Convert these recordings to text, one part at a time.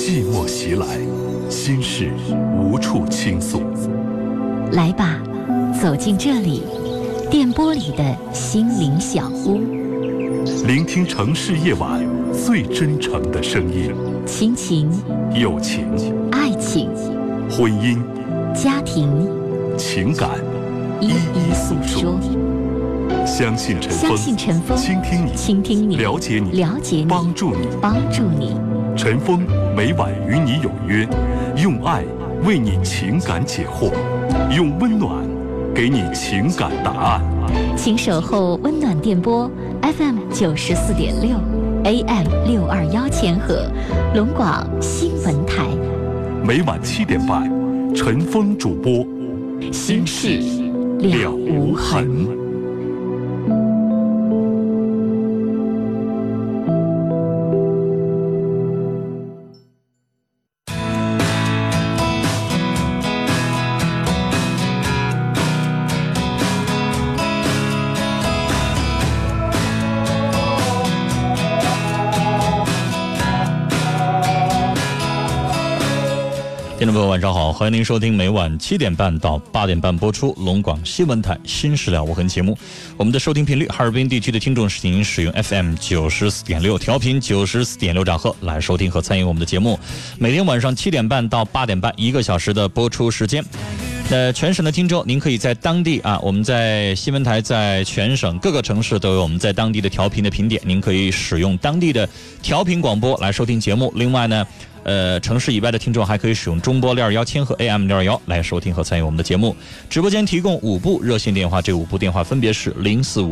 寂寞袭来，心事无处倾诉。 来吧，走进这里，电波里的心灵小屋， 聆听城市夜晚最真诚的声音。 亲情、 友情、 爱情、 婚姻、 家庭、 情感，一一诉说。相信陈峰，倾听你，了解你，帮助你。陈峰每晚与你有约，用爱为你情感解惑，用温暖给你情感答案。 请守候温暖电波 FM 94.6 AM 621千赫，龙广新闻台。 每晚7点半，陈峰主播， 心事了无痕。 听众朋友晚上好，欢迎您收听每晚7点半到8点半播出龙广新闻台新事了无痕节目。我们的收听频率，哈尔滨地区的听众请您使用 FM 94.6调频94.6兆赫来收听和参与我们的节目。每天晚上7点半到8点半1个小时的播出时间。全省的听众，您可以在当地我们在新闻台在全省各个城市都有我们在当地的调频的频点，您可以使用当地的调频广播来收听节目。另外呢，城市以外的听众还可以使用中波621千和 AM 621来收听和参与我们的节目。直播间提供5部热线电话，这5部电话分别是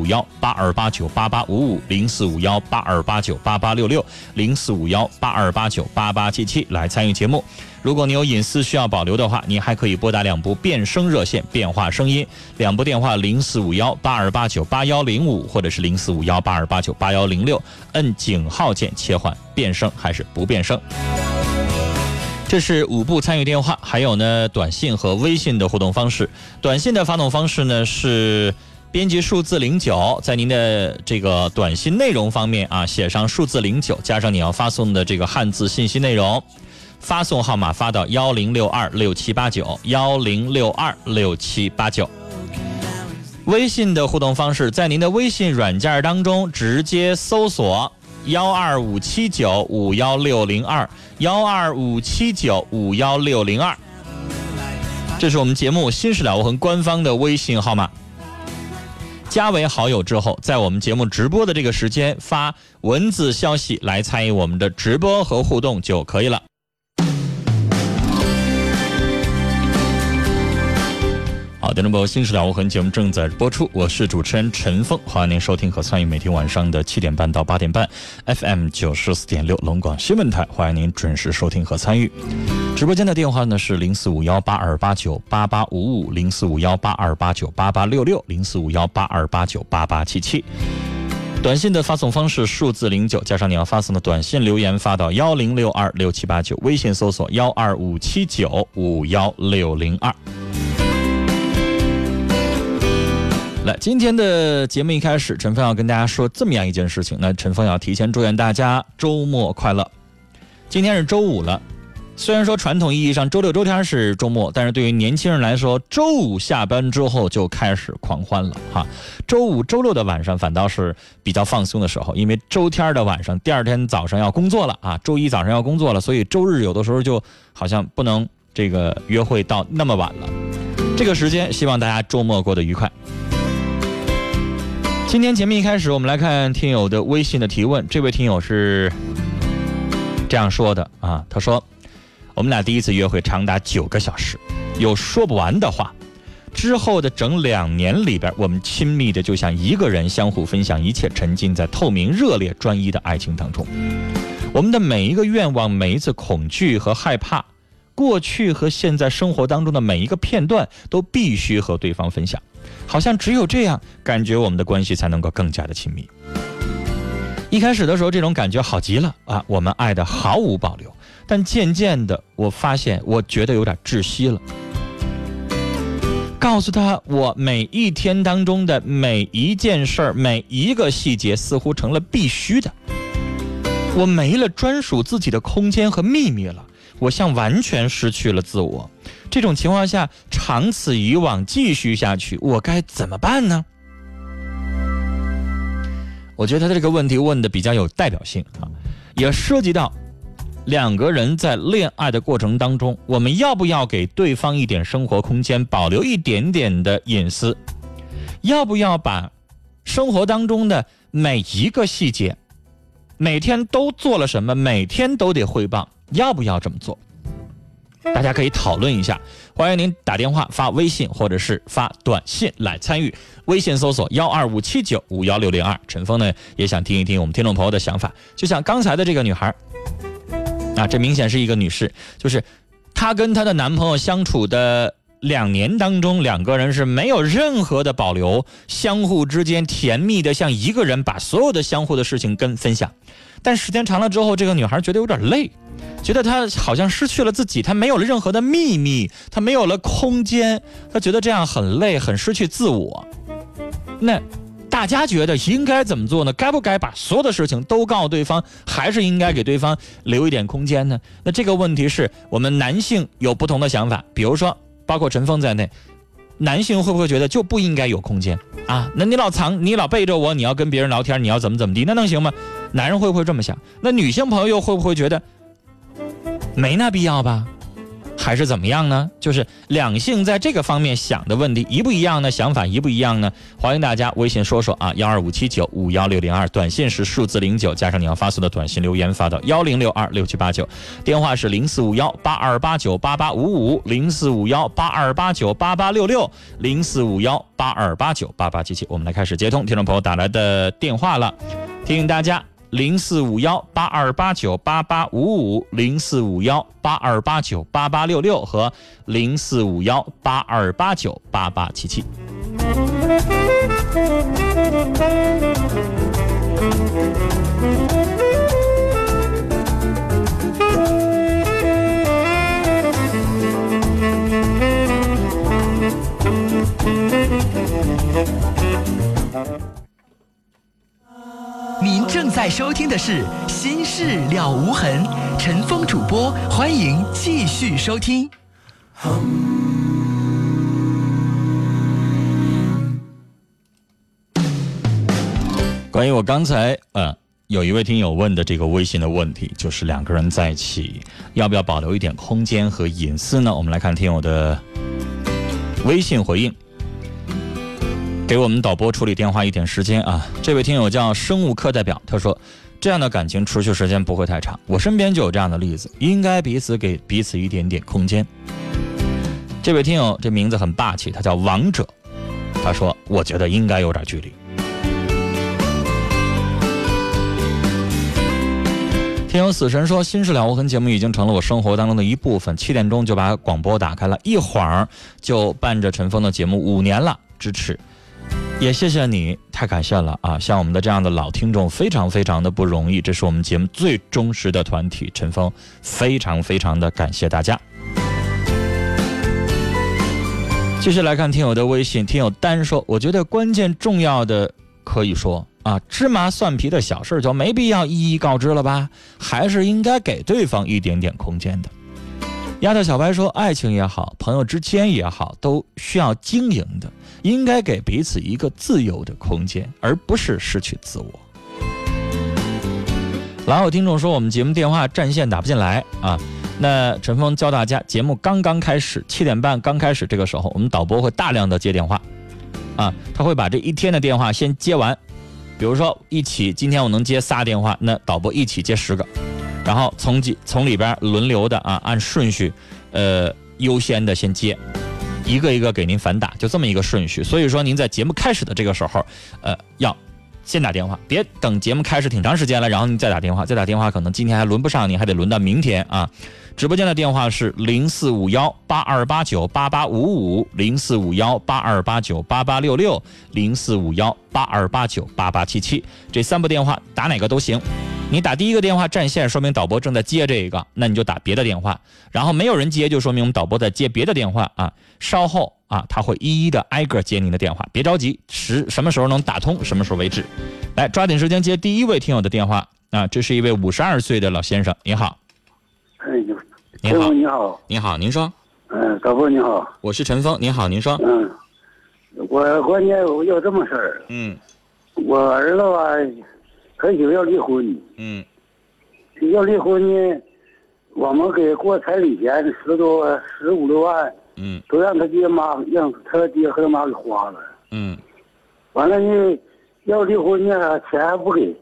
045182898855、045182898866、045182898877来参与节目。如果你有隐私需要保留的话，您还可以拨打2部变声热线，变化声音，2部电话045182898105或者是045182898106，摁井号键切换变声还是不变声。这是5部参与电话，还有呢短信和微信的互动方式。短信的发送方式呢是编辑数字09，在您的这个短信内容方面写上数字09，加上你要发送的这个汉字信息内容。发送号码发到10626789 10626789。微信的互动方式，在您的微信软件当中直接搜索125795160 125795160，这是我们节目新事了无痕官方的微信号码。加为好友之后，在我们节目直播的这个时间发文字消息来参与我们的直播和互动就可以了。好，听众朋友，新事了无痕节目正在播出，我是主持人陈峰，欢迎您收听和参与每天晚上的7点半到8点半 FM 94.6龙广新闻台，欢迎您准时收听和参与。直播间的电话呢是045182898855 045182898866 045182898877。短信的发送方式数字09，加上你要发送的短信留言发到10626789，微信搜索125795160。来，今天的节目一开始，陈峰要跟大家说这么样一件事情。那陈峰要提前祝愿大家周末快乐。今天是周5了，虽然说传统意义上周6周天是周末，但是对于年轻人来说，周5下班之后就开始狂欢了哈。周5周6的晚上反倒是比较放松的时候，因为周天的晚上第二天早上要工作了周一早上要工作了，所以周日有的时候就好像不能这个约会到那么晚了。这个时间希望大家周末过得愉快。今天节目一开始，我们来看听友的微信的提问。这位听友是这样说的他说我们俩第一次约会长达9个小时，有说不完的话。之后的整2年里边，我们亲密的就像一个人，相互分享一切，沉浸在透明、热烈、专一的爱情当中。我们的每一个愿望，每一次恐惧和害怕，过去和现在生活当中的每一个片段，都必须和对方分享。好像只有这样，感觉我们的关系才能够更加的亲密。一开始的时候，这种感觉好极了我们爱的毫无保留。但渐渐的，我发现我觉得有点窒息了。告诉他，我每一天当中的每一件事，每一个细节，似乎成了必须的。我没了专属自己的空间和秘密了， 我像完全失去了自我。这种情况下，长此以往继续下去，我该怎么办呢？我觉得他的这个问题问的比较有代表性啊，也涉及到两个人在恋爱的过程当中，我们要不要给对方一点生活空间，保留一点点的隐私？要不要把生活当中的每一个细节，每天都做了什么，每天都得汇报，要不要这么做？大家可以讨论一下，欢迎您打电话、发微信或者是发短信来参与。微信搜索12579-51602。陈峰呢也想听一听我们听众朋友的想法，就像刚才的这个女孩啊，这明显是一个女士，就是她跟她的男朋友相处的2年当中，两个人是没有任何的保留，相互之间甜蜜的像一个人把所有的相互的事情跟分享。但时间长了之后，这个女孩觉得有点累，觉得她好像失去了自己，她没有了任何的秘密，她没有了空间，她觉得这样很累，很失去自我。那大家觉得应该怎么做呢？该不该把所有的事情都告诉对方，还是应该给对方留一点空间呢？那这个问题是我们男性有不同的想法，比如说包括陈峰在内，男性会不会觉得就不应该有空间啊？那你老藏，你老背着我，你要跟别人聊天，你要怎么地，那能行吗？男人会不会这么想？那女性朋友又会不会觉得没那必要吧？还是怎么样呢？就是两性在这个方面想的问题一不一样呢？想法一不一样呢？欢迎大家微信说说啊，12579-51602，短信是数字09加上你要发送的短信留言发到10626789，电话是045182898855，045182898866，045182898877。我们来开始接通听众朋友打来的电话了，提醒大家。045182898855，045182898866和045182898877。 您正在收听的是《心事了无痕》，陈峰主播，欢迎继续收听。 关于我刚才有一位听友问的这个微信的问题，就是两个人在一起要不要保留一点空间和隐私呢？我们来看听友的微信回应。给我们导播处理电话一点时间啊！这位听友叫生物课代表，他说这样的感情持续时间不会太长，我身边就有这样的例子，应该给彼此一点点空间。这位听友这名字很霸气，他叫王者，他说我觉得应该有点距离。听友死神说，心事了无痕节目已经成了我生活当中的一部分，7点钟就把广播打开了，一会儿就伴着陈峰的节目5年了，支持也谢谢你，太感谢了啊！像我们的这样的老听众非常非常的不容易，这是我们节目最忠实的团体，陈峰非常非常的感谢大家。继续来看听友的微信，听友丹说，我觉得关键重要的可以说啊，芝麻蒜皮的小事就没必要一一告知了吧，还是应该给对方一点点空间的。丫头小白说，爱情也好，朋友之间也好，都需要经营的，应该给彼此一个自由的空间，而不是失去自我。老有听众说，我们节目电话占线打不进来啊，那陈峰教大家，节目刚刚开始，7点半刚开始，这个时候我们导播会大量的接电话啊，他会把这一天的电话先接完，比如说今天我能接仨电话，那导播一起接10个。然后从里边轮流的啊，按顺序，优先的先接，一个一个给您反打，就这么一个顺序。所以说您在节目开始的这个时候，要先打电话，别等节目开始挺长时间了，然后您再打电话，可能今天还轮不上，你还得轮到明天啊。直播间的电话是045182898855，045182898866，045182898877，这3部电话打哪个都行。你打第一个电话占线，说明导播正在接这个，那你就打别的电话，然后没有人接，就说明我们导播在接别的电话啊。稍后啊，他会一一的挨个接您的电话，别着急，什么时候能打通，什么时候为止。来，抓紧时间接第一位听友的电话啊，这是一位52岁的老先生，你好。 你好， 你好， 你好，您说。 导播你好， 我是陈峰，您好，您说。 我关键我有这么事儿。我儿子吧，很久要离婚。要离婚呢，我们给过彩礼钱15、16万，都让他爹和他妈给花了。完了呢，要离婚呢，钱还不给。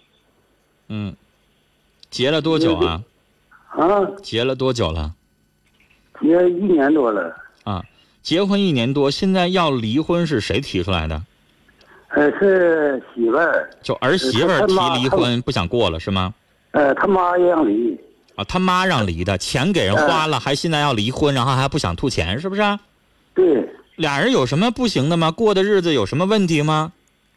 结了多久啊？结了多久了？ 结1年多了。 结婚1年多，现在要离婚是谁提出来的？ 是媳妇儿。 就儿媳妇儿提离婚，不想过了是吗？ 他妈也让离。 他妈让离的，钱给人花了，还现在要离婚，然后还不想吐钱，是不是？ 对。 俩人有什么不行的吗？过的日子有什么问题吗？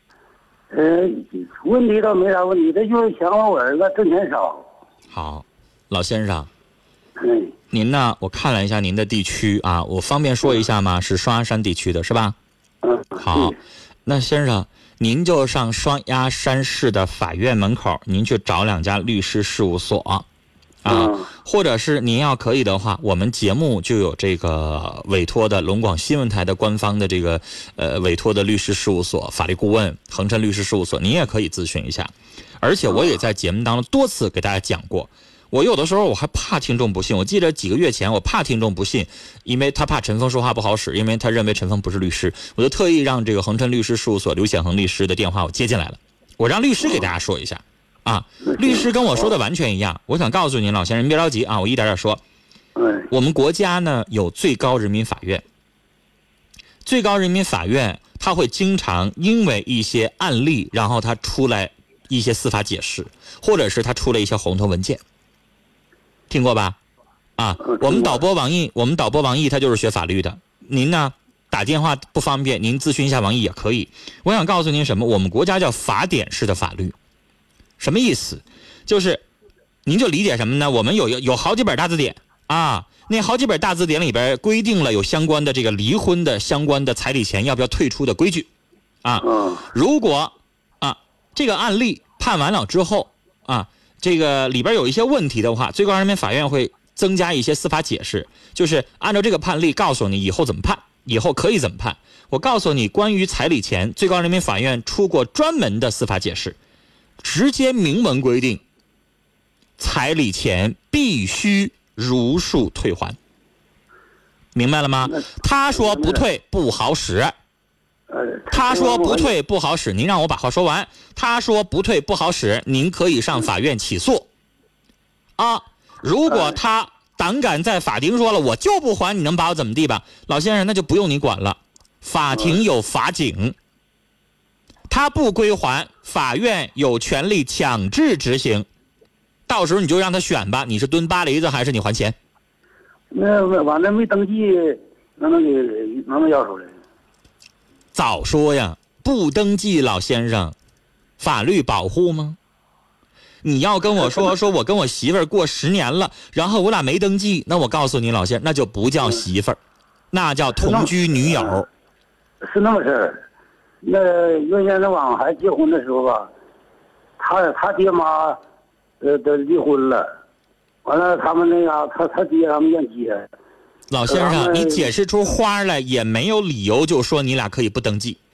问题倒没啥问题，他就是想我儿子挣钱少。 好，老先生。您呢？我看了一下您的地区啊，我方便说一下吗？是双鸭山地区的是吧？好，那先生，您就上双鸭山市的法院门口，您去找2家律师事务所或者是您要可以的话，我们节目就有这个委托的龙广新闻台的官方的这个委托的律师事务所，法律顾问恒琛律师事务所，您也可以咨询一下。而且我也在节目当中多次给大家讲过。我有的时候我还怕听众不信，我记得几个月前我怕听众不信，因为他怕陈峰说话不好使，因为他认为陈峰不是律师，我就特意让这个恒琛律师事务所刘显恒律师的电话我接进来了，我让律师给大家说一下律师跟我说的完全一样。我想告诉您老先生，您别着急我一点点说。我们国家呢有最高人民法院，最高人民法院他会经常因为一些案例，然后他出来一些司法解释，或者是他出了一些红头文件，听过吧？我们导播王毅他就是学法律的。您呢打电话不方便，您咨询一下王毅也可以。我想告诉您什么？我们国家叫法典式的法律，什么意思？就是您就理解什么呢？我们有好几本大字典那好几本大字典里边规定了有相关的这个离婚的相关的彩礼钱要不要退出的规矩如果这个案例判完了之后这个里边有一些问题的话，最高人民法院会增加一些司法解释，就是按照这个判例告诉你以后怎么判，以后可以怎么判。我告诉你，关于彩礼钱，最高人民法院出过专门的司法解释，直接明文规定彩礼钱必须如数退还，明白了吗？他说不退不好使，他说不退不好使，您让我把话说完。他说不退不好使，您可以上法院起诉如果他胆敢在法庭说了我就不还，你能把我怎么地吧？老先生，那就不用你管了，法庭有法警，他不归还，法院有权利强制执行，到时候你就让他选吧，你是蹲巴黎子还是你还钱？ 那完了没登记能不能要出来？ 早说呀，不登记，老先生，法律保护吗？你要跟我说我跟我媳妇儿过10年了，然后我俩没登记，那我告诉你老先生，那就不叫媳妇儿，那叫同居女友。 是那么事儿。那原先往还结婚的时候吧，他爹妈都离婚了，完了他们那个他爹他们愿接。 老先生，你解释出花来也没有理由就说你俩可以不登记。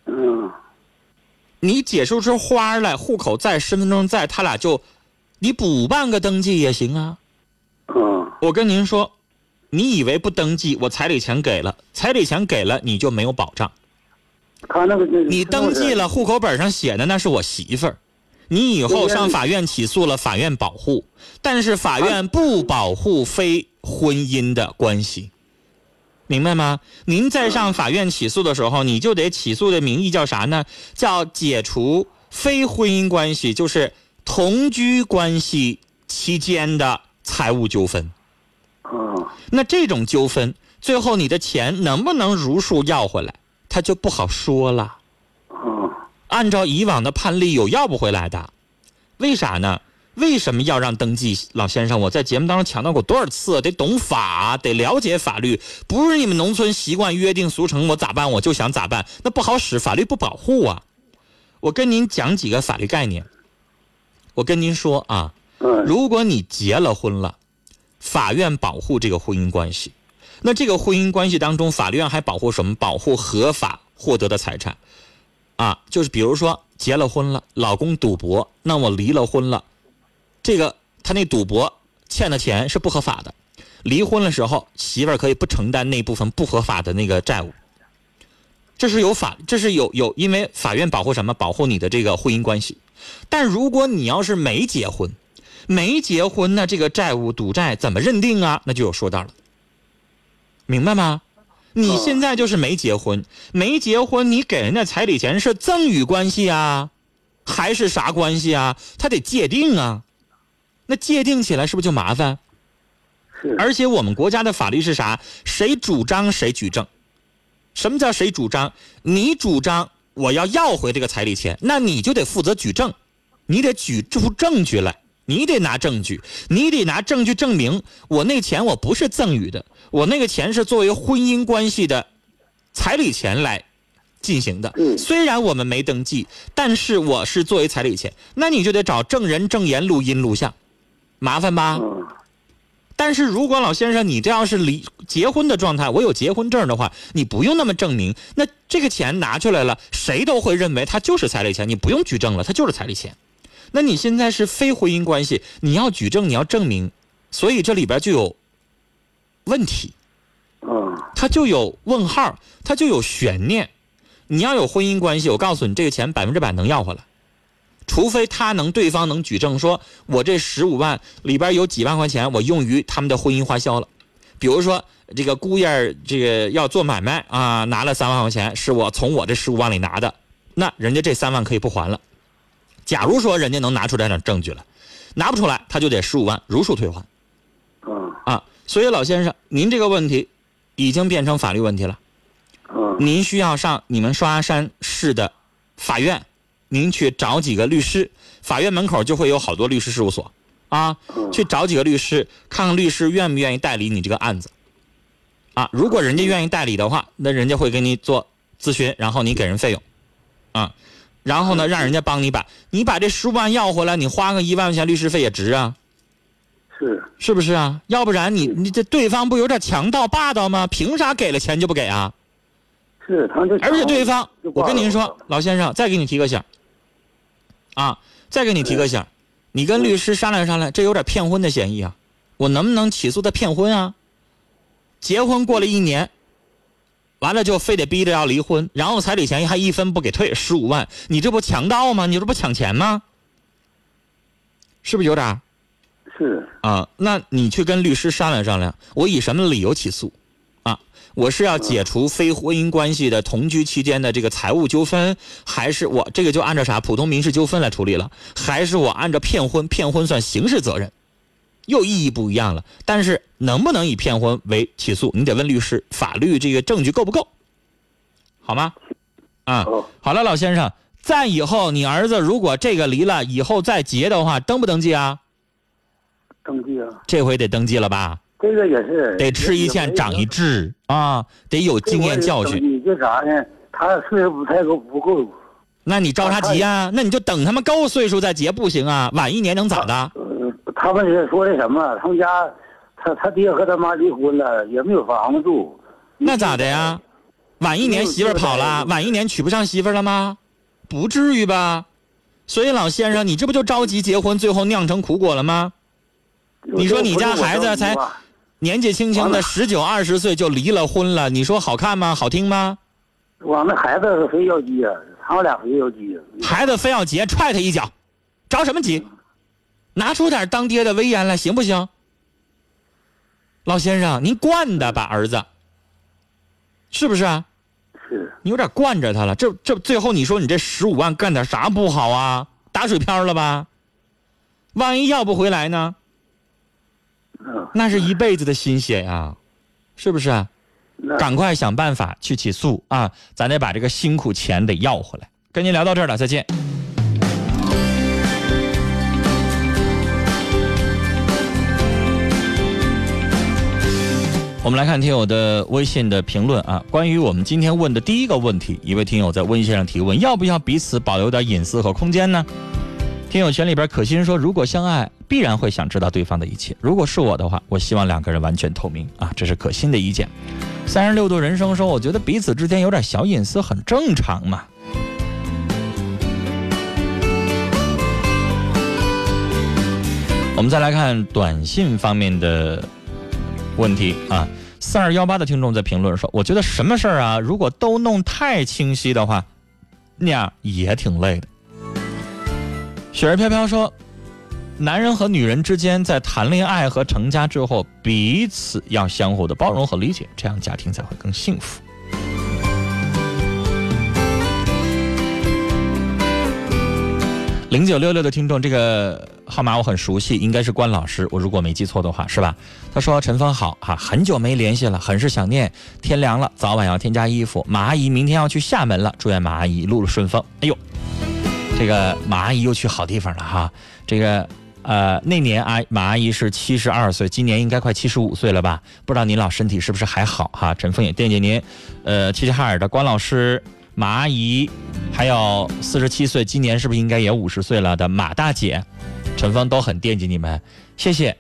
你解释出花来，户口在，身份证在，他俩就你补办个登记也行啊。我跟您说，你以为不登记，我彩礼钱给了，彩礼钱给了你就没有保障。你登记了，户口本上写的那是我媳妇儿，你以后上法院起诉了，法院保护，但是法院不保护非婚姻的关系，明白吗？您在上法院起诉的时候，你就得起诉的名义叫啥呢？叫解除非婚姻关系，就是同居关系期间的财务纠纷。那这种纠纷，最后你的钱能不能如数要回来，他就不好说了。按照以往的判例，有要不回来的。为啥呢？为什么要让登记？老先生，我在节目当中强调过多少次，得懂法，得了解法律，不是你们农村习惯约定俗成，我咋办我就想咋办，那不好使，法律不保护啊。我跟您讲几个法律概念。我跟您说如果你结了婚了， 法院保护这个婚姻关系。那这个婚姻关系当中，法律上还保护什么？保护合法获得的财产啊，就是比如说结了婚了，老公赌博，那我离了婚了，这个他那赌博欠的钱是不合法的，离婚的时候媳妇儿可以不承担那部分不合法的那个债务。这是因为法院保护什么？保护你的这个婚姻关系。但如果你要是没结婚呢，这个债务赌债怎么认定啊？那就有说道了，明白吗？你现在就是没结婚，你给人家彩礼钱是赠与关系啊，还是啥关系啊？他得界定啊，那界定起来是不是就麻烦？而且我们国家的法律是啥？谁主张谁举证。什么叫谁主张？你主张我要回这个彩礼钱，那你就得负责举证，你得举出证据来，你得拿证据证明我那钱我不是赠与的，我那个钱是作为婚姻关系的彩礼钱来进行的。虽然我们没登记，但是我是作为彩礼钱，那你就得找证人证言录音录像，麻烦吧？但是如果老先生你这要是结婚的状态，我有结婚证的话，你不用那么证明，那这个钱拿出来了，谁都会认为它就是彩礼钱，你不用举证了，它就是彩礼钱。那你现在是非婚姻关系，你要举证，你要证明，所以这里边就有问题，它就有问号，它就有悬念。你要有婚姻关系，我告诉你，这个钱100%能要回来，除非对方能举证说，我这15万里边有几万块钱我用于他们的婚姻花销了。比如说这个姑爷这个要做买卖啊，拿了3万块钱是我从我这15万里拿的，那人家这3万可以不还了。假如说人家能拿出这点证据来，拿不出来他就得15万如数退还。所以老先生，您这个问题已经变成法律问题了。您需要上你们双鸭山市的法院，您去找几个律师，法院门口就会有好多律师事务所啊，去找几个律师，看看律师愿不愿意代理你这个案子啊。如果人家愿意代理的话，那人家会给你做咨询，然后你给人费用啊，然后呢让人家帮你把这15万要回来，你花个1万块钱律师费也值啊，是不是啊？要不然你这对方不有点强盗霸道吗？凭啥给了钱就不给啊？而且对方，我跟您说，老先生，再给你提个醒啊，你跟律师商量商量，这有点骗婚的嫌疑啊，我能不能起诉他骗婚啊？结婚过了1年，完了就非得逼着要离婚，然后彩礼钱还1分不给退15万，你这不强盗吗？你这不抢钱吗？是不是有点？啊，那你去跟律师商量商量，我以什么理由起诉？我是要解除非婚姻关系的同居期间的这个财务纠纷，还是我这个就按照啥普通民事纠纷来处理了，还是我按照骗婚算刑事责任，又意义不一样了。但是能不能以骗婚为起诉，你得问律师，法律这个证据够不够，好吗？好了，老先生，再以后你儿子如果这个离了以后再结的话，登不登记啊？ 登记啊， 这回得登记了吧？ 这个也是得吃一堑长一智啊，得有经验教训。 你这啥呢？他岁数不够。 那你着啥急啊？那你就等他们够岁数再结不行啊？晚1年能咋的？ 他们是说的什么？他们家他爹和他妈离婚了，也没有房子住。 那咋的呀？晚1年媳妇跑了，晚1年娶不上媳妇了吗？不至于吧？所以老先生，你这不就着急结婚，最后酿成苦果了吗？你说你家孩子才年纪轻轻的19、20岁就离了婚了，你说好看吗？好听吗？ 我那孩子非要急啊，他们俩非要急。 孩子非要急，踹他一脚，着什么急？拿出点当爹的威严来，行不行？老先生，您惯的吧儿子，是不是啊？ 是。 你有点惯着他了，这最后你说你这15万干点啥不好啊？打水漂了吧？万一要不回来呢？那是一辈子的心血呀，是不是？赶快想办法去起诉啊！咱得把这个辛苦钱得要回来。跟您聊到这儿了，再见。我们来看听友的微信的评论啊，关于我们今天问的第一个问题，一位听友在微信上提问：要不要彼此保留点隐私和空间呢？ 听友群里边可心说，如果相爱必然会想知道对方的一切，如果是我的话，我希望两个人完全透明啊，这是可心的意见。36度人生说，我觉得彼此之间有点小隐私很正常嘛。我们再来看短信方面的问题啊。4218的听众在评论说，我觉得什么事儿啊，如果都弄太清晰的话，那样也挺累的。雪儿飘飘说，男人和女人之间在谈恋爱和成家之后，彼此要相互的包容和理解，这样家庭才会更幸福。0966的听众，这个号码我很熟悉，应该是关老师，我如果没记错的话，是吧？他说，陈峰好啊，很久没联系了，很是想念，天凉了，早晚要添加衣服，马阿姨明天要去厦门了，祝愿马阿姨一路顺风。哎呦，这个马阿姨又去好地方了哈。这个那年马阿姨是72岁，今年应该快75岁了吧？不知道您老身体是不是还好哈？陈峰也惦记您。齐齐哈尔的关老师、马阿姨，还有47岁，今年是不是应该也50岁了的马大姐，陈峰都很惦记你们，谢谢。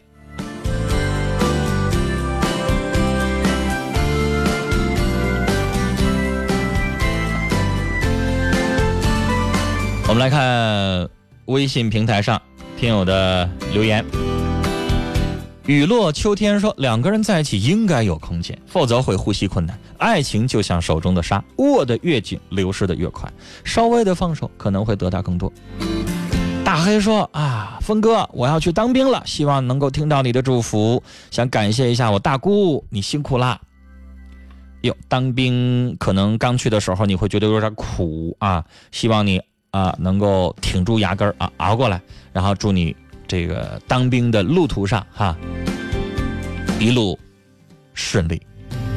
我们来看微信平台上听友的留言。雨落秋天说，两个人在一起应该有空间，否则会呼吸困难。爱情就像手中的沙，握得越紧，流失得越快，稍微的放手可能会得到更多。大黑说啊，峰哥，我要去当兵了，希望能够听到你的祝福，想感谢一下我大姑，你辛苦啦。哟，当兵可能刚去的时候你会觉得有点苦啊，希望你能够挺住牙根熬过来，然后祝你这个当兵的路途上哈一路顺利。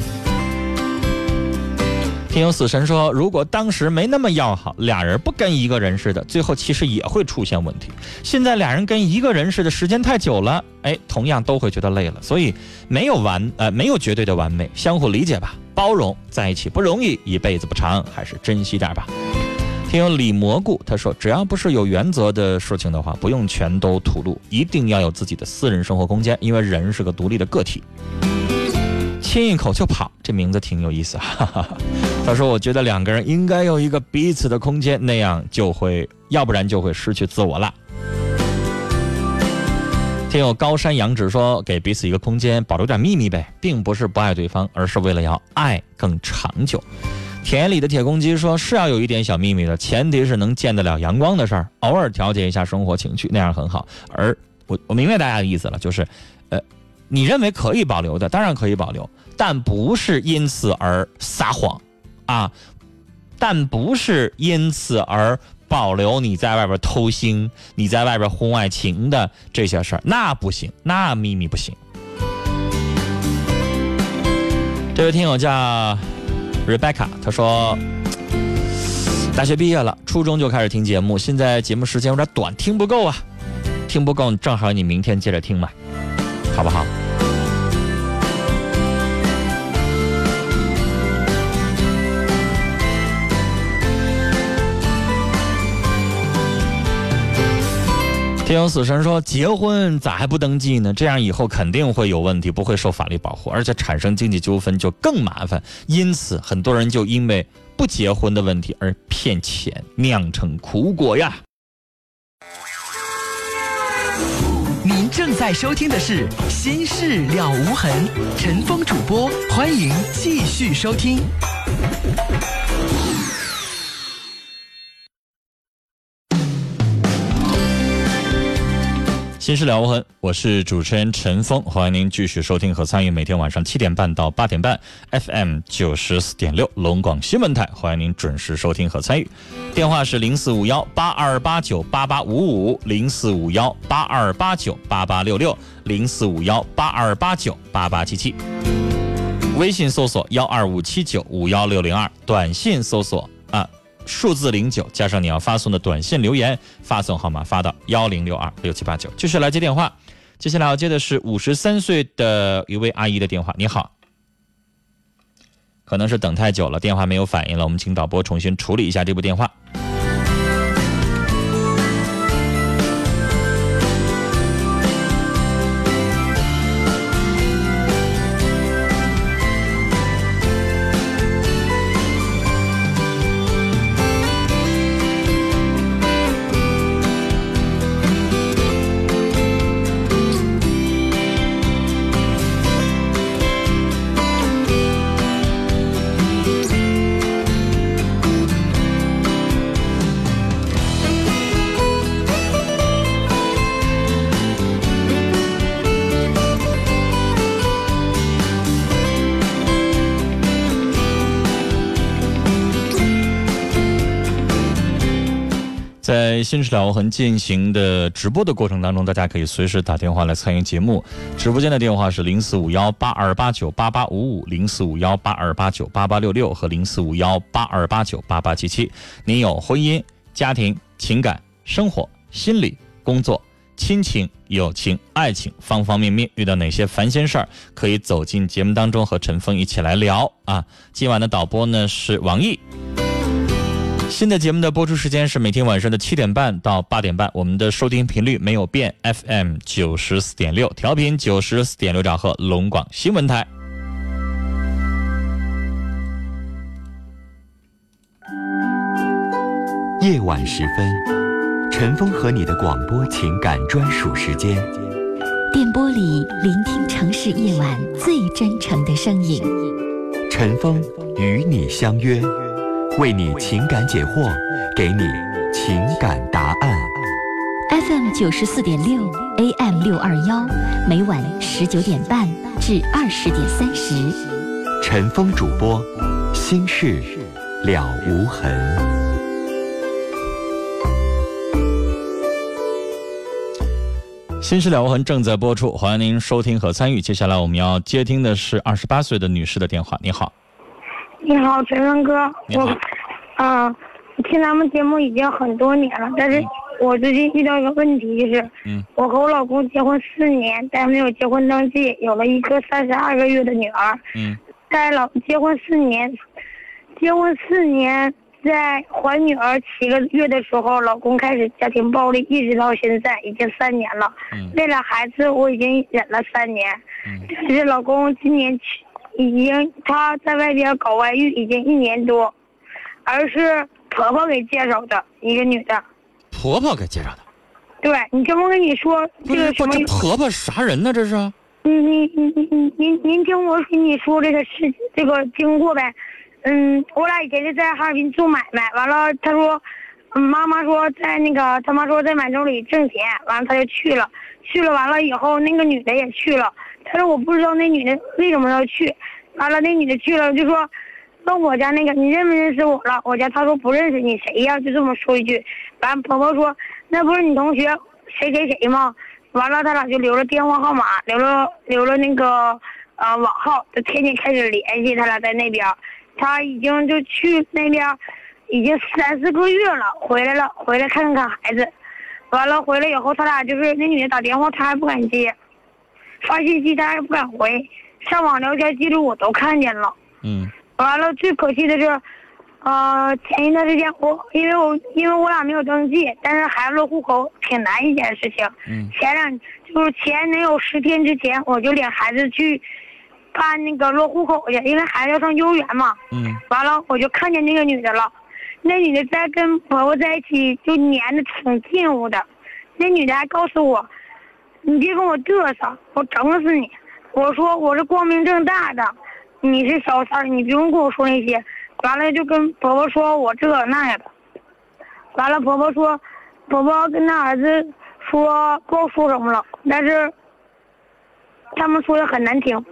听友死神说，如果当时没那么要好，俩人不跟一个人似的，最后其实也会出现问题。现在俩人跟一个人似的时间太久了，同样都会觉得累了。所以没有绝对的完美，相互理解吧，包容，在一起不容易，一辈子不长，还是珍惜点吧。听友李蘑菇他说，只要不是有原则的事情的话，不用全都吐露，一定要有自己的私人生活空间，因为人是个独立的个体。亲一口就跑，这名字挺有意思哈哈。他说，我觉得两个人应该有一个彼此的空间，那样要不然就会失去自我了。听友高山仰止说，给彼此一个空间，保留点秘密呗，并不是不爱对方，而是为了要爱更长久。田里的铁公鸡说，是要有一点小秘密的，前提是能见得了阳光的事儿，偶尔调节一下生活情趣，那样很好。而我明白大家的意思了，就是你认为可以保留的当然可以保留，但不是因此而撒谎啊，但不是因此而保留你在外边偷腥，你在外边婚外情的这些事儿，那不行，那秘密不行。这位听友叫Rebecca， 他说，大学毕业了，初中就开始听节目，现在节目时间有点短，听不够啊，听不够正好你明天接着听嘛，好不好？听友死神说，结婚咋还不登记呢？这样以后肯定会有问题，不会受法律保护，而且产生经济纠纷就更麻烦。因此很多人就因为不结婚的问题而骗钱，酿成苦果呀。 您正在收听的是《心事了无痕》，陈峰主播，欢迎继续收听。 心事了无痕，我是主持人陈峰，欢迎您继续收听和参与每天晚上7点半到8点半 FM 94.6龙广新闻台，欢迎您准时收听和参与。电话是045182898855 045182898866 045182898877，微信搜索12579516602，短信搜索数字09加上你要发送的短信留言，发送号码发到10626789。继续来接电话，接下来要接的是53岁的一位阿姨的电话。你好，可能是等太久了，电话没有反应了，我们请导播重新处理一下这部电话。 新事了无痕进行的直播的过程当中，大家可以随时打电话来参与节目。直播间的电话是045182898855、045182898866和045182898877。您有婚姻、家庭、情感、生活、心理、工作、亲情、友情、爱情方方面面遇到哪些烦心事儿，可以走进节目当中和陈峰一起来聊啊。今晚的导播呢是王毅。新的节目的播出时间是每天晚上的7点半到8点半，我们的收听频率没有变 FM 94.6，调频94.6兆赫，龙广新闻台。 夜晚时分，陈峰和你的广播情感专属时间， 电波里聆听城市夜晚最真诚的声音。 陈峰与你相约，为你情感解惑，给你情感答案。 FM 94.6 AM 621，每晚19点半至20点30。 陈峰主播，心事了无痕。 新事了无痕正在播出，欢迎您收听和参与。接下来我们要接听的是28岁的女士的电话。你好。 你好，陈峰哥。我听咱们节目已经很多年了，但是我最近遇到一个问题，就是我和我老公结婚4年，但没有结婚登记，有了一个32个月的女儿。在结婚4年，在怀女儿7个月的时候，老公开始家庭暴力，一直到现在已经3年了。为了孩子，我已经忍了3年。但是老公今年他在外边搞外遇已经1年多，而是婆婆给介绍的一个女的。 婆婆给介绍的？对， 你听我跟你说这个什么？ 这婆婆啥人呢？这是？ 您听我跟你说这个事，这个经过呗。我俩以前是在哈尔滨做买卖，完了他说，妈妈说在他妈说在满洲里挣钱，完了他就去了，完了以后那个女的也去了，他说我不知道那女的为什么要去，完了那女的去了就说，问我家那个你认不认识我了？我家他说不认识，你谁呀？就这么说一句，完了婆婆说那不是你同学谁谁谁吗？完了他俩就留了电话号码，留了那个网号，就天天开始联系，他俩在那边。他已经就去那边已经3、4个月了，回来看看孩子，完了回来以后他俩就是那女的打电话他还不敢接，发信息他还不敢回，上网聊天记录我都看见了。完了最可惜的是前一段时间因为我俩没有登记，但是孩子落户口挺难一件事情。前能有10天之前我就领孩子去办那个落户口去，因为孩子要上幼儿园嘛。完了我就看见那个女的了，那女的在跟婆婆在一起就黏的挺近乎的，那女的还告诉我，你别跟我嘚瑟，我整死你。我说我是光明正大的，你是小三，你不用跟我说那些。完了就跟婆婆说我这那样的，完了婆婆跟她儿子说不知道说什么了，但是他们说的很难听。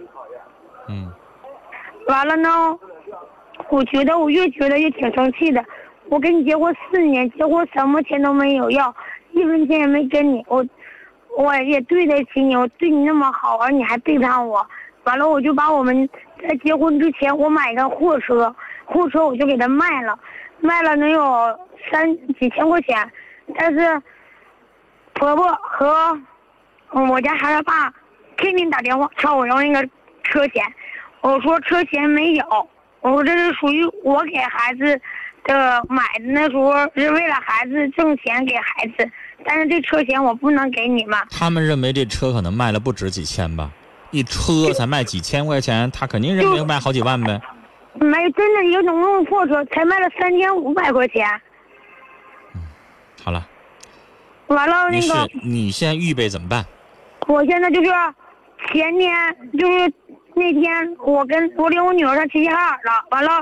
完了呢，我越觉得越挺生气的。我跟你结婚4年，结婚什么钱都没有要，1分钱也没跟你，我也对得起你，我对你那么好，而你还背叛我。完了我就把我们在结婚之前我买个货车我就给他卖了能有几千块钱，但是婆婆和我家孩子爸天天打电话朝我要那个车钱，我说车钱没有，我说这是属于我给孩子的买的，那时候是为了孩子挣钱给孩子，但是这车钱我不能给你们。 他们认为这车可能卖了不止几千吧，一车才卖几千块钱，他肯定认为卖好几万呗。 没，真的一个农用货车才卖了3500块钱。 好了。 完了那个。 你现在预备怎么办？ 我现在就是前天就是那天我领我女儿上齐齐哈尔了，完了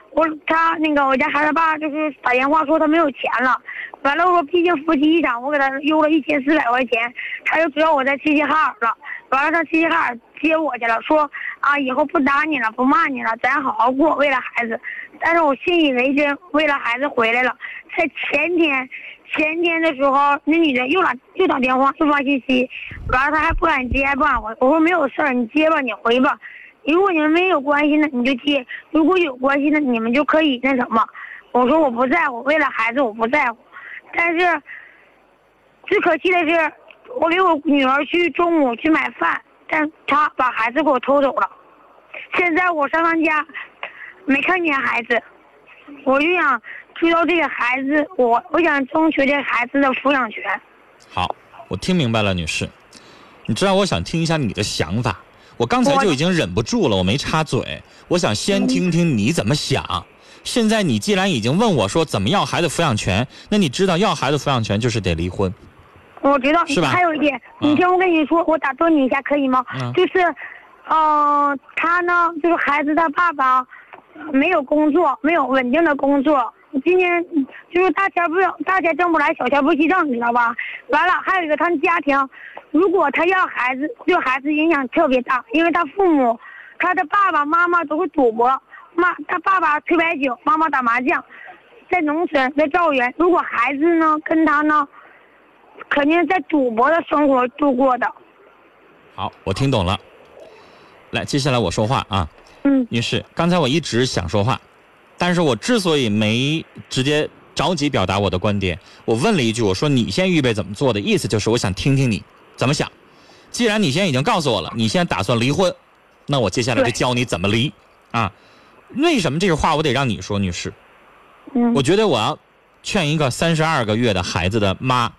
我家孩子爸就是打电话说他没有钱了，完了我说毕竟夫妻一场，我给他邮了1400块钱，他就知道我在齐齐哈尔了，完了他齐齐哈尔接我去了，说啊以后不打你了，不骂你了，咱好好过，为了孩子。但是我信以为真，为了孩子回来了。在前天的时候，那女的又打电话又发信息，完了他还不敢接吧，我说没有事儿，你接吧，你回吧。如果你们没有关系呢，你就接；如果有关系呢，你们就可以那什么。我说我不在乎，为了孩子我不在乎。但是最可气的是，我给我女儿中午去买饭，但她把孩子给我偷走了。现在我上他家没看见孩子，我就想知道这个孩子，我想争取这孩子的抚养权。 好，我听明白了，女士。你知道我想听一下你的想法。我刚才就已经忍不住了，我没插嘴。我想先听听你怎么想。现在你既然已经问我说怎么要孩子抚养权，那你知道要孩子抚养权就是得离婚。 我知道， 是吧？ 还有一点，你听我跟你说，我打断你一下可以吗？就是，他呢，就是孩子他爸爸没有工作，没有稳定的工作。今年就是大钱挣不来，小钱不稀挣，你知道吧？完了，还有一个他们家庭，如果他要孩子，对孩子影响特别大，因为他父母，他的爸爸妈妈都是赌博，他爸爸吹白酒，妈妈打麻将，在农村，在赵园。如果孩子呢跟他呢，肯定在赌博的生活度过的。 好，我听懂了。来，接下来我说话啊。女士，刚才我一直想说话。但是我之所以没直接着急表达我的观点，我问了一句，我说你先预备怎么做的，意思就是我想听听你怎么想。既然你现在已经告诉我了，你现在打算离婚，那我接下来就教你怎么离啊。为什么这个话我得让你说，女士？我觉得我要劝一个32个月的孩子的妈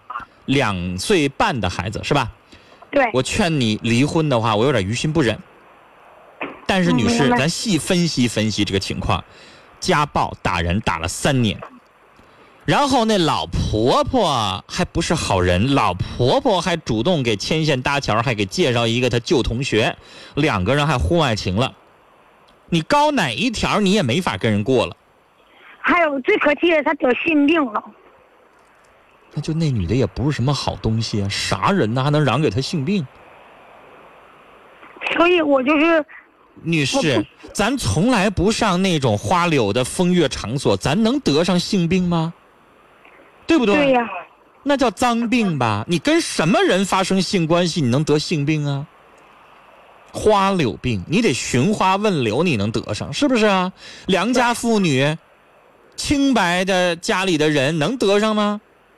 ，2岁半的孩子是吧？ 对。 我劝你离婚的话，我有点于心不忍。但是女士，咱细分析分析这个情况。家暴打人打了3年，然后那老婆婆还不是好人，老婆婆还主动给牵线搭桥，还给介绍一个她旧同学，2个人还婚外情了。你高哪一条你也没法跟人过了。 还有最可气的，她得性病了。 那就那女的也不是什么好东西啊，啥人呢还能让给她性病？ 所以我就是。 女士，咱从来不上那种花柳的风月场所，咱能得上性病吗？对不对？ 对呀。 那叫脏病吧？你跟什么人发生性关系，你能得性病啊？花柳病，你得寻花问柳，你能得上，是不是啊？良家妇女，清白的家里的人能得上吗？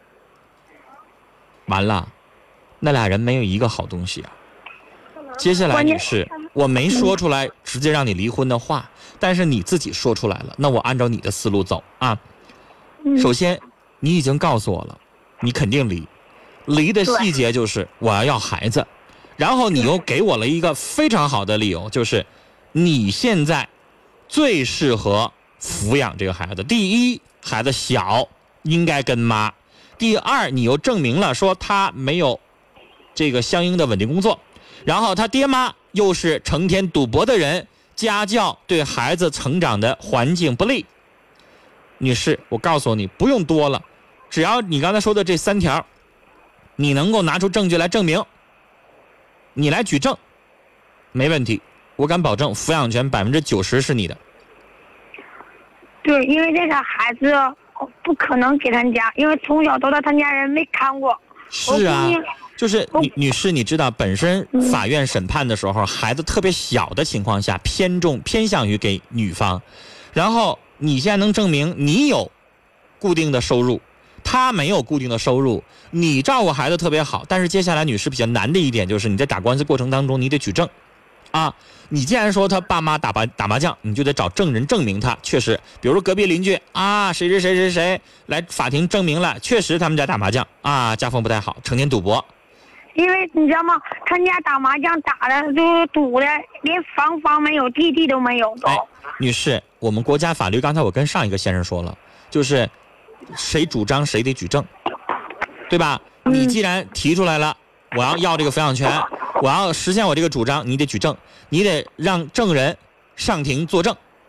完了，那俩人没有一个好东西啊。接下来，女士，我没说出来直接让你离婚的话，但是你自己说出来了，那我按照你的思路走啊。首先，你已经告诉我了，你肯定离的细节就是我要孩子，然后你又给我了一个非常好的理由，就是你现在最适合抚养这个孩子。第一，孩子小，应该跟妈；第二，你又证明了说他没有这个相应的稳定工作。然后他爹妈又是成天赌博的人，家教对孩子成长的环境不利。女士，我告诉你，不用多了，只要你刚才说的这3条，你能够拿出证据来证明，你来举证，没问题，我敢保证抚养权90%是你的。 对，因为这个孩子不可能给他家，因为从小到大他家人没看过。 是啊，就是女士，你知道本身法院审判的时候，孩子特别小的情况下偏向于给女方，然后你现在能证明你有固定的收入，他没有固定的收入，你照顾孩子特别好，但是接下来女士比较难的一点就是你在打官司过程当中你得举证啊。你既然说他爸妈打麻将，你就得找证人证明他确实，比如说隔壁邻居啊，谁来法庭证明了，确实他们家打麻将啊，家风不太好，成天赌博。 因为你知道吗？他家打麻将打的就是赌的，连房没有，地都没有都。 哎，女士，我们国家法律刚才我跟上一个先生说了，就是谁主张谁得举证，对吧？你既然提出来了，我要这个抚养权，我要实现我这个主张，你得举证，你得让证人上庭作证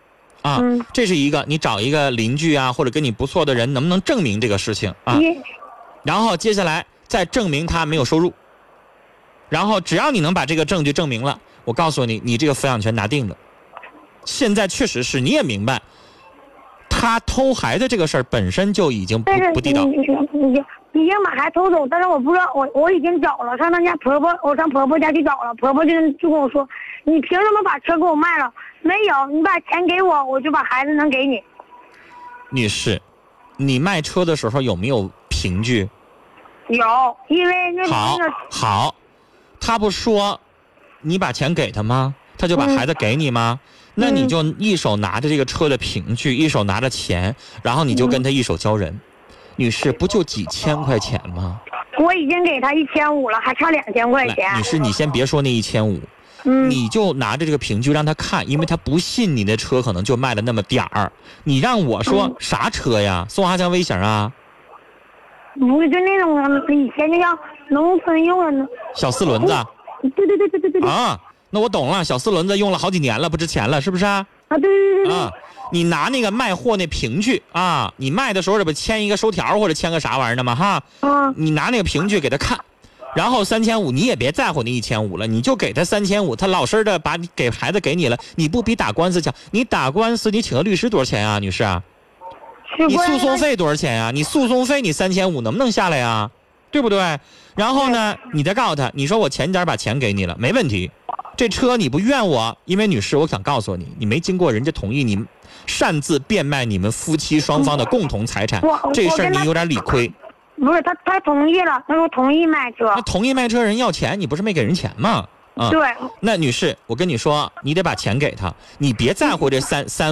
啊。这是一个，你找一个邻居啊，或者跟你不错的人，能不能证明这个事情啊？然后接下来再证明他没有收入，然后只要你能把这个证据证明了，我告诉你，你这个抚养权拿定了。现在确实是，你也明白，他偷孩子这个事儿本身就已经不地道。 已经把孩子偷走，但是我不知道，我已经找了，我上婆婆家去找了，婆婆就跟我说，你凭什么把车给我卖了？没有，你把钱给我，我就把孩子能给你。 女士，你卖车的时候有没有凭据？ 有，因为那好，他不说你把钱给他吗？他就把孩子给你吗？那你就一手拿着这个车的凭据，一手拿着钱，然后你就跟他一手交人。女士，不就几千块钱吗？ 我已经给他1500了，还差2000块钱。 女士，你先别说那1500，你就拿着这个凭据让他看，因为他不信你的车可能就卖了那么点儿。你让我说啥车呀？松花江微型啊？ 不是，就那种以前就像农村用的呢。 小4轮子。 对。 啊，那我懂了，小4轮子用了好几年了，不值钱了，是不是啊？ 啊，对。 啊，你拿那个卖货那凭据啊，你卖的时候这不签一个收条或者签个啥玩意儿呢吗？哈，你拿那个凭据给他看，然后3500你也别在乎那1500了，你就给他3500，他老实的把你给孩子给你了，你不比打官司强？你打官司你请个律师多少钱啊，女士啊？你诉讼费多少钱啊？你诉讼费你3500能不能下来呀？对不对？然后呢，你再告诉他，你说我前点把钱给你了，没问题。这车你不怨我，因为女士，我想告诉你，你没经过人家同意，你擅自变卖你们夫妻双方的共同财产，这事儿你有点理亏。 不是他同意了，他说同意卖车。 那同意卖车人要钱，你不是没给人钱吗？ 对。 那女士，我跟你说，你得把钱给他，你别在乎这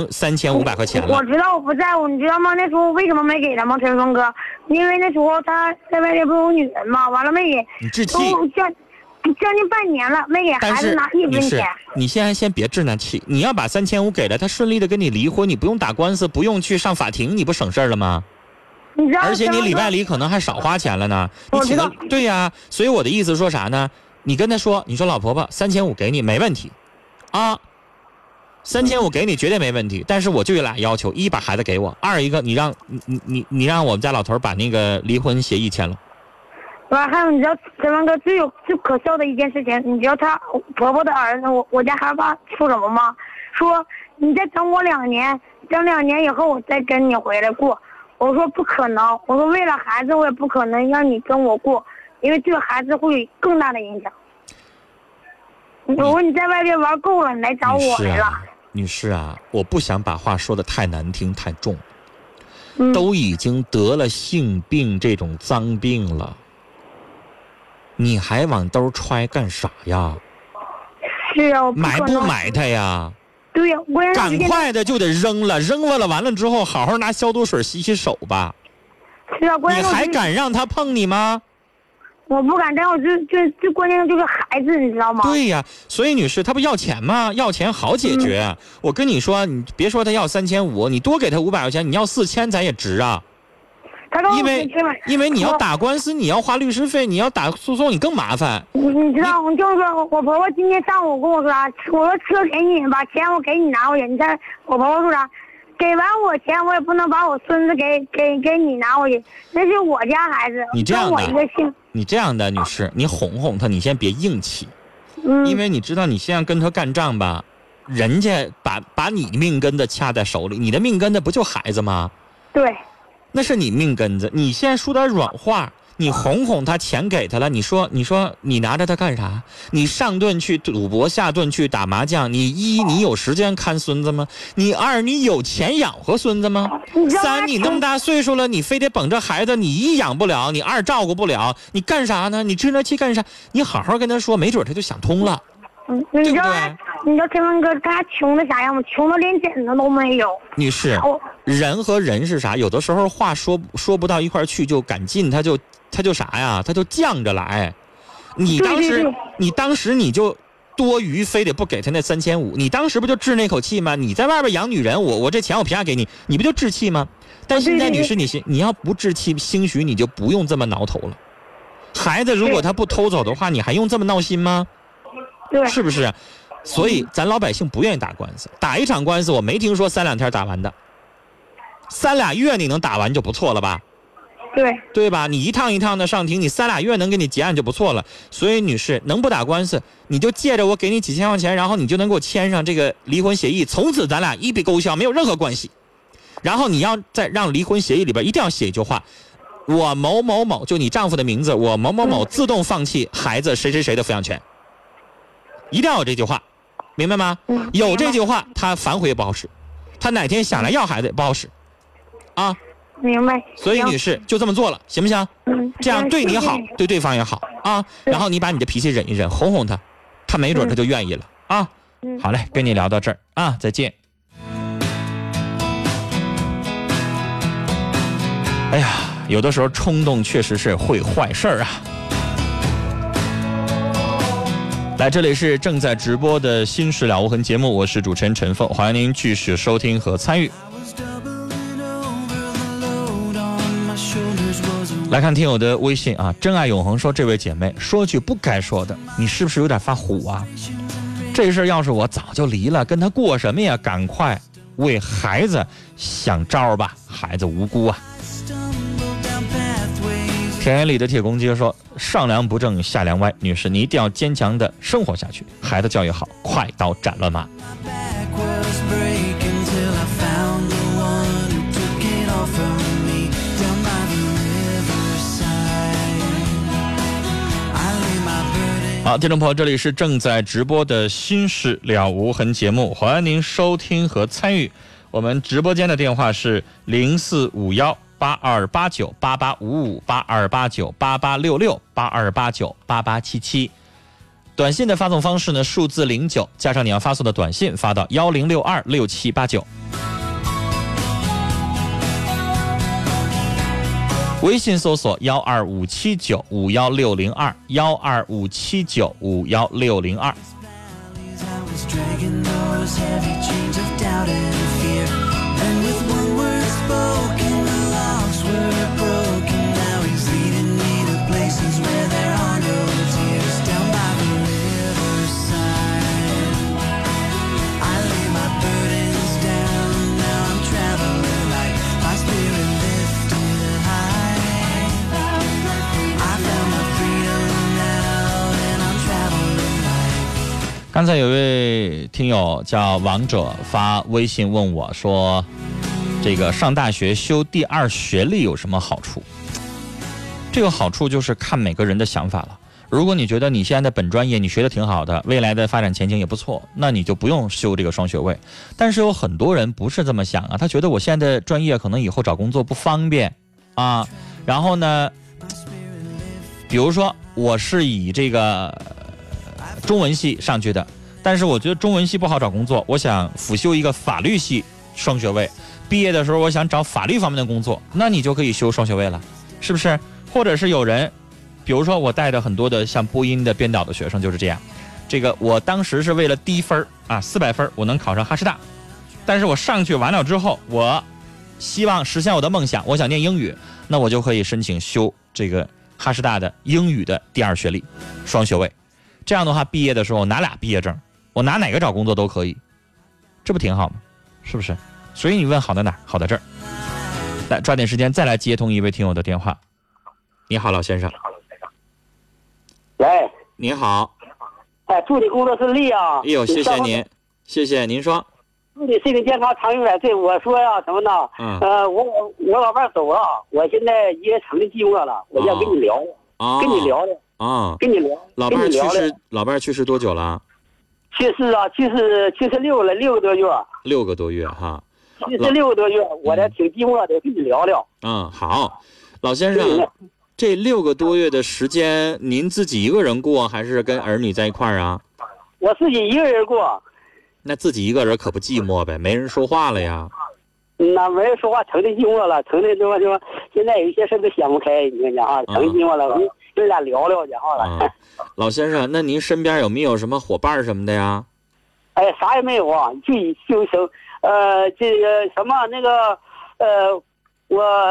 3500块钱了。 我知道我不在乎，你知道吗？那时候为什么没给他吗？陈峰哥，因为那时候他在外边不有女人嘛，完了没给。 你置气。 将近半年了，没给孩子拿1分钱。 你先别置那气，你要把3500给了，他顺利的跟你离婚，你不用打官司，不用去上法庭，你不省事了吗？ 你知道， 而且你里外里可能还少花钱了呢。你请个对呀，所以我的意思说啥呢？你跟他说，你说老婆婆3500给你没问题，啊，3500给你绝对没问题，但是我就有俩要求：一把孩子给我，二一个你让我们家老头把那个离婚协议签了。 还有，你知道陈文哥最可笑的一件事情，你知道他婆婆的儿子，我家孩爸说什么吗？说你再等我2年，等2年以后我再跟你回来过。我说不可能，我说为了孩子我也不可能让你跟我过，因为对孩子会有更大的影响。我说你在外边玩够了，你来找我来了。 女士啊，我不想把话说的太难听太重，都已经得了性病这种脏病了。你还往兜揣干啥呀？ 是啊， 买不买它呀？ 对呀， 赶快的就得扔了，扔了完了之后，好好拿消毒水洗洗手吧。 是啊， 你还敢让他碰你吗？ 我不敢，但我最关键的就是孩子，你知道吗？ 对呀，所以女士，他不要钱吗？要钱好解决。我跟你说，你别说他要3500，你多给他500块钱，你要4000咱也值啊。因为你要打官司，你要花律师费，你要打诉讼，你更麻烦。 你知道，我就是说我婆婆今天上午跟我说啥，我说车给你，把钱我给你拿回去。你看我婆婆说啥，给完我钱我也不能把我孙子给你拿回去，那是我家孩子。 你这样的， 我一个姓。 你这样的女士，你哄哄他，你先别硬气。因为你知道你现在跟他干仗吧，人家把你命根子掐在手里，你的命根子不就孩子吗？ 对。 那是你命根子，你现在说点软话，你哄哄他，钱给他了，你说你拿着他干啥？你上顿去赌博，下顿去打麻将，你有时间看孙子吗？你你有钱养活孙子吗？3你那么大岁数了，你非得捧着孩子，你1养不了，你2照顾不了，你干啥呢？你置那气干啥？你好好跟他说，没准他就想通了。 你知道陈文哥他穷的啥样吗？穷的连枕头都没有。 女士，人和人是啥？有的时候话说不到一块去就赶劲，他就啥呀？他就犟着来。你当时你就多余，非得不给他那3500，你当时不就置那口气吗？你在外边养女人，我这钱我凭啥给你？你不就置气吗？但现在女士，你要不置气，兴许你就不用这么挠头了。孩子如果他不偷走的话，你还用这么闹心吗？ 对， 是不是？ 所以咱老百姓不愿意打官司，打一场官司我没听说3-2天打完的，3俩月你能打完就不错了吧？ 对吧？你一趟一趟的上庭，你3俩月能给你结案就不错了。所以女士，能不打官司，你就借着我给你几千块钱，然后你就能给我签上这个离婚协议，从此咱俩一笔勾销，没有任何关系。然后你要再让离婚协议里边一定要写一句话，我某某某，就你丈夫的名字，我某某某自动放弃孩子谁谁谁的抚养权，一定要有这句话，明白吗？有这句话他反悔也不好使，他哪天想来要孩子也不好使啊。 明白。 所以女士就这么做了，行不行？这样对你好，对对方也好啊。然后你把你的脾气忍一忍，哄哄他，他没准他就愿意了啊。好嘞，跟你聊到这儿啊，再见。哎呀，有的时候冲动确实是会坏事儿啊。来，这里是正在直播的新事了无痕节目，我是主持人陈凤，欢迎您继续收听和参与。来看听友的微信啊，真爱永恒说，这位姐妹说句不该说的，你是不是有点发虎啊？这事要是我早就离了，跟他过什么呀？赶快为孩子想招吧，孩子无辜啊。田野里的铁公鸡说，上梁不正下梁歪，女士你一定要坚强的生活下去，孩子教育好，快刀斩乱麻。好，听众朋友，这里是正在直播的新事了无痕节目，欢迎您收听和参与。我们直播间的电话是0451-8289-8855，8289-8866，8289-8877。短信的发送方式呢，数字09加上你要发送的短信，发到10626789。微信搜索125795160212579516022。刚才有位听友叫王者发微信问我说，这个上大学修第2学历有什么好处？这个好处就是看每个人的想法了。如果你觉得你现在的本专业你学的挺好的，未来的发展前景也不错，那你就不用修这个双学位。但是有很多人不是这么想啊，他觉得我现在的专业可能以后找工作不方便啊。然后呢，比如说我是以这个中文系上去的，但是我觉得中文系不好找工作，我想辅修一个法律系双学位，毕业的时候我想找法律方面的工作，那你就可以修双学位了，是不是？或者是有人，比如说我带的很多的像播音的编导的学生就是这样，这个我当时是为了低分啊，400分我能考上哈师大，但是我上去完了之后，我希望实现我的梦想，我想念英语，那我就可以申请修这个哈师大的英语的第2学历双学位。这样的话，毕业的时候拿俩毕业证，我拿哪个找工作都可以，这不挺好吗？是不是？所以你问好在哪儿？好在这儿。来，抓紧时间再来接通一位听友的电话。你好，老先生。 喂， 你好。 哎，祝你工作顺利啊！ 哎呦，谢谢您，谢谢您说。 祝你身体健康，长命百岁。我说呀，什么呢？我老伴走了，我现在也成了寂寞了，我要跟你聊，跟你聊聊。跟你聊。 老伴去世多久了？ 去世啊，去世6了，6个多月。 6个多月哈。 去世6个多月，我这挺寂寞的，跟你聊聊。 好，老先生，这6个多月的时间，您自己一个人过，还是跟儿女在一块儿啊？ 我自己一个人过。 那自己一个人可不寂寞呗，没人说话了呀。 那没人说话，成的寂寞了，成的什么？现在有一些事都想不开，你看讲啊，成寂寞了，跟俩聊聊讲话了。 老先生，那您身边有没有什么伙伴什么的呀？ 哎，啥也没有啊，就这个什么那个我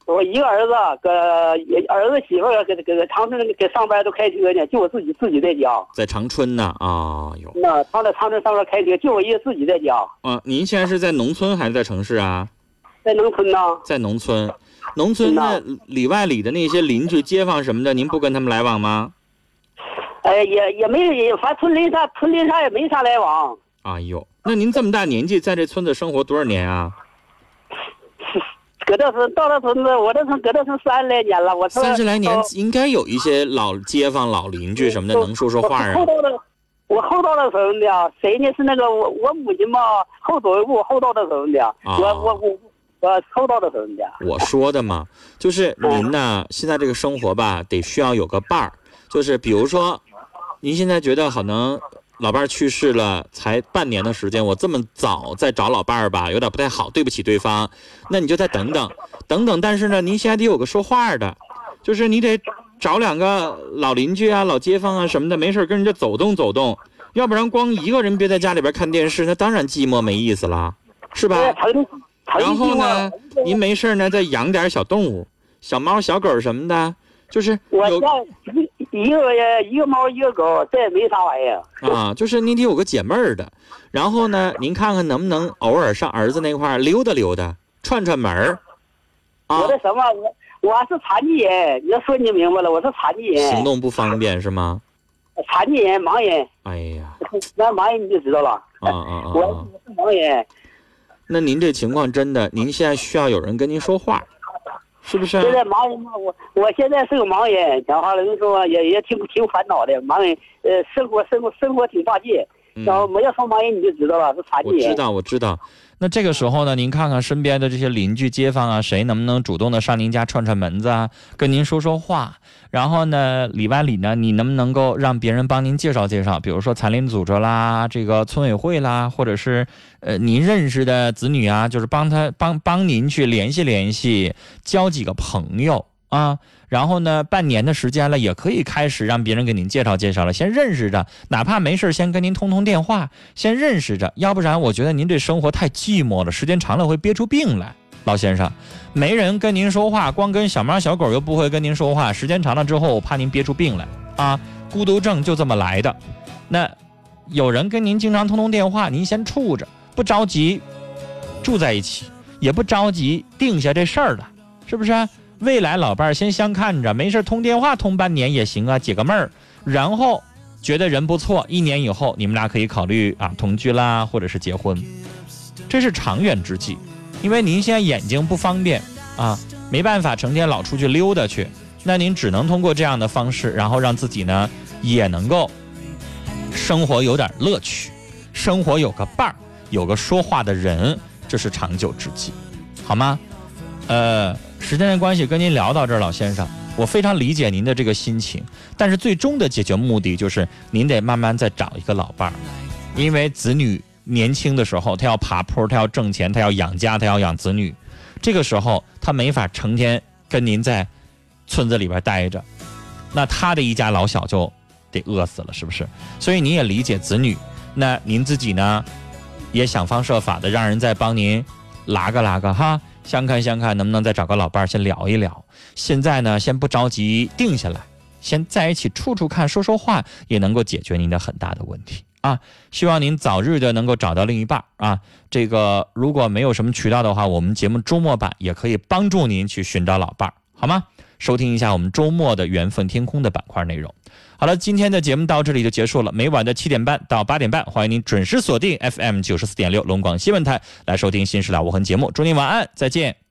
我一个儿子，儿子媳妇搁长春给上班都开车呢，就我自己在家。 在长春呢啊哟。 那他在长春上班开车，就我一个自己在家。 您现在是在农村还是在城市啊？ 在农村呢。 在农村，农村的里外里的那些邻居街坊什么的，您不跟他们来往吗？ 也没，反正村邻啥也没啥来往。 哎呦，那您这么大年纪在这村子生活多少年啊？ 搁这村到这村子，我这村搁这村30来年了，我 30来年应该有一些老街坊、老邻居什么的能说说话啊。 我后到的时候的，谁呢？是那个我母亲嘛，后走一步后到的时候的，我后到的时候的。 我说的嘛，就是您呢，现在这个生活吧，得需要有个伴儿，就是比如说，您现在觉得可能老伴儿去世了，才半年的时间，我这么早再找老伴儿吧，有点不太好，对不起对方。那你就再等等。但是呢，您现在得有个说话的，就是你得找2个老邻居啊、老街坊啊什么的，没事跟人家走动走动，要不然光一个人憋在家里边看电视，那当然寂寞没意思了，是吧？然后呢，您没事呢，再养点小动物，小猫、小狗什么的，就是我家一个猫一个狗，这也没啥玩意儿啊。就是你得有个解闷儿的，然后呢，您看看能不能偶尔上儿子那块溜达溜达，串门儿。 我这什么，我是残疾人，你要说你明白了，我是残疾人， 行动不方便是吗？ 残疾人，盲人。 哎呀， 那盲人你就知道了。我是盲人。 那您这情况真的，您现在需要有人跟您说话，是不是？ 现在盲人嘛，我现在是个盲人，讲话了，你说也挺烦恼的。盲人，生活挺大劲。然后没有说盲人你就知道了，是残疾人。 我知道。那这个时候呢，您看看身边的这些邻居街坊啊，谁能不能主动的上您家串门子啊，跟您说说话？然后呢，里外里呢，你能不能够让别人帮您介绍介绍？比如说残联组织啦，这个村委会啦，或者是您认识的子女啊，就是帮您去联系，交几个朋友啊。然后呢，半年的时间了，也可以开始让别人给您介绍了，先认识着，哪怕没事先跟您通电话，先认识着，要不然我觉得您这生活太寂寞了，时间长了会憋出病来。老先生，没人跟您说话，光跟小猫小狗又不会跟您说话，时间长了之后，我怕您憋出病来啊，孤独症就这么来的。那有人跟您经常通电话，您先处着，不着急住在一起，也不着急定下这事儿了，是不是？未来老伴儿先相看着，没事通电话通半年也行啊，解个闷儿。然后觉得人不错，1年以后你们俩可以考虑同居啦，或者是结婚，这是长远之计。因为您现在眼睛不方便没办法成天老出去溜达去，那您只能通过这样的方式，然后让自己呢也能够生活有点乐趣，生活有个伴儿，有个说话的人，这是长久之计，好吗？时间的关系跟您聊到这儿，老先生，我非常理解您的这个心情，但是最终的解决目的就是您得慢慢再找一个老伴儿，因为子女年轻的时候他要爬坡，他要挣钱，他要养家，他要养子女，这个时候他没法成天跟您在村子里边待着，那他的一家老小就得饿死了，是不是？所以您也理解子女，那您自己呢也想方设法的让人再帮您拉个哈，相看能不能再找个老伴儿先聊一聊。现在呢先不着急定下来，先在一起处看，说说话，也能够解决您的很大的问题希望您早日的能够找到另一半这个如果没有什么渠道的话，我们节目周末版也可以帮助您去寻找老伴儿，好吗？收听一下我们周末的缘分天空的板块内容。好了，今天的节目到这里就结束了，每晚的7点半到8点半，欢迎您准时锁定 FM 94.6龙广新闻台来收听新事了无痕节目，祝您晚安，再见。